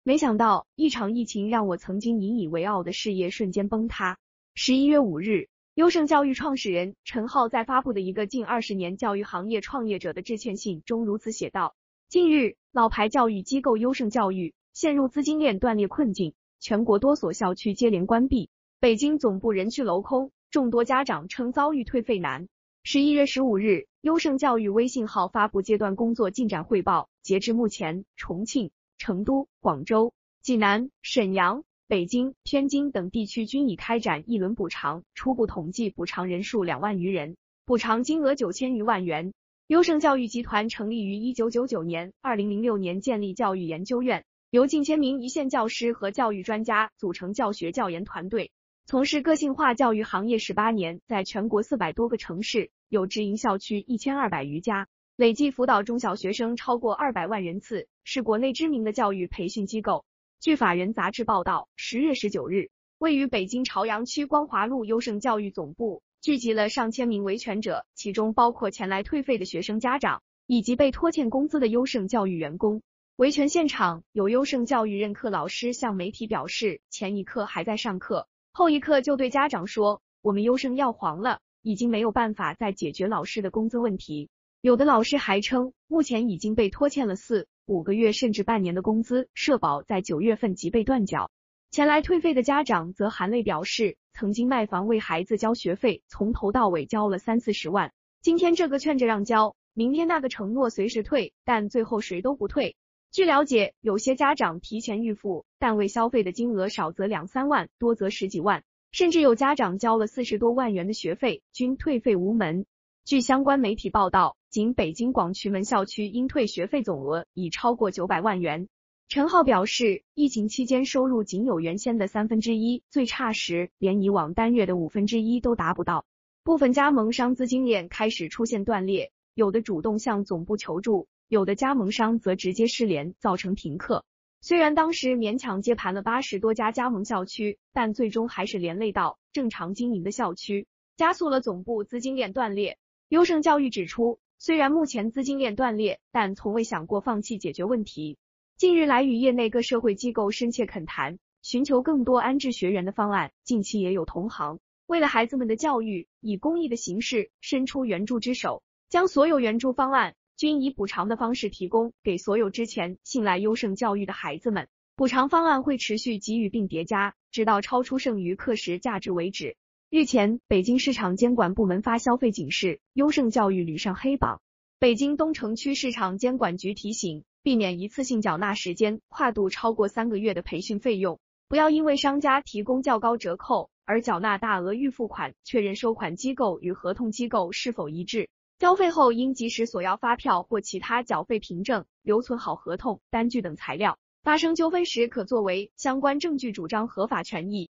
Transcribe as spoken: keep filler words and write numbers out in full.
没想到一场疫情让我曾经引以为傲的事业瞬间崩塌。十一月五日，优胜教育创始人陈浩在发布的一个近二十年教育行业创业者的致歉信中如此写道：近日，老牌教育机构优胜教育陷入资金链断裂困境，全国多所校区接连关闭，北京总部人去楼空，众多家长称遭遇退费难。十一月十五日，优胜教育微信号发布阶段工作进展汇报，截至目前，重庆、成都、广州、济南、沈阳、北京、天津等地区均已开展一轮补偿，初步统计补偿人数两万余人，补偿金额九千余万元。优胜教育集团成立于一九九九年，二零零六年建立教育研究院，由近千名一线教师和教育专家组成教学教研团队，从事个性化教育行业十八年，在全国四百多个城市，有直营校区一千二百余家，累计辅导中小学生超过二百万人次，是国内知名的教育培训机构。据法人杂志报道，十月十九日，位于北京朝阳区光华路优胜教育总部聚集了上千名维权者，其中包括前来退费的学生家长，以及被拖欠工资的优胜教育员工。维权现场，有优胜教育任课老师向媒体表示，前一刻还在上课，后一刻就对家长说，我们优胜要黄了，已经没有办法再解决老师的工资问题。有的老师还称，目前已经被拖欠了四、五个月甚至半年的工资，社保在九月份即被断缴。前来退费的家长则含泪表示，曾经卖房为孩子交学费，从头到尾交了三四十万，今天这个劝着让交，明天那个承诺随时退，但最后谁都不退。据了解，有些家长提前预付，但未消费的金额少则两三万，多则十几万，甚至有家长交了四十多万元的学费，均退费无门。据相关媒体报道，仅北京广渠门校区应退学费总额已超过九百万元。陈浩表示，疫情期间收入仅有原先的三分之一，最差时连以往单月的五分之一都达不到。部分加盟商资金链开始出现断裂，有的主动向总部求助，有的加盟商则直接失联，造成停课。虽然当时勉强接盘了八十多家加盟校区，但最终还是连累到正常经营的校区，加速了总部资金链断裂。优胜教育指出，虽然目前资金链断裂，但从未想过放弃解决问题。近日来与业内各社会机构深切恳谈，寻求更多安置学员的方案。近期也有同行为了孩子们的教育，以公益的形式伸出援助之手，将所有援助方案均以补偿的方式提供给所有之前信赖优胜教育的孩子们。补偿方案会持续给予并叠加，直到超出剩余课时价值为止。日前，北京市场监管部门发消费警示，优胜教育屡上黑榜。北京东城区市场监管局提醒，避免一次性缴纳时间跨度超过三个月的培训费用，不要因为商家提供较高折扣而缴纳大额预付款，确认收款机构与合同机构是否一致。交费后应及时索要发票或其他缴费凭证，留存好合同、单据等材料。发生纠纷时可作为相关证据主张合法权益。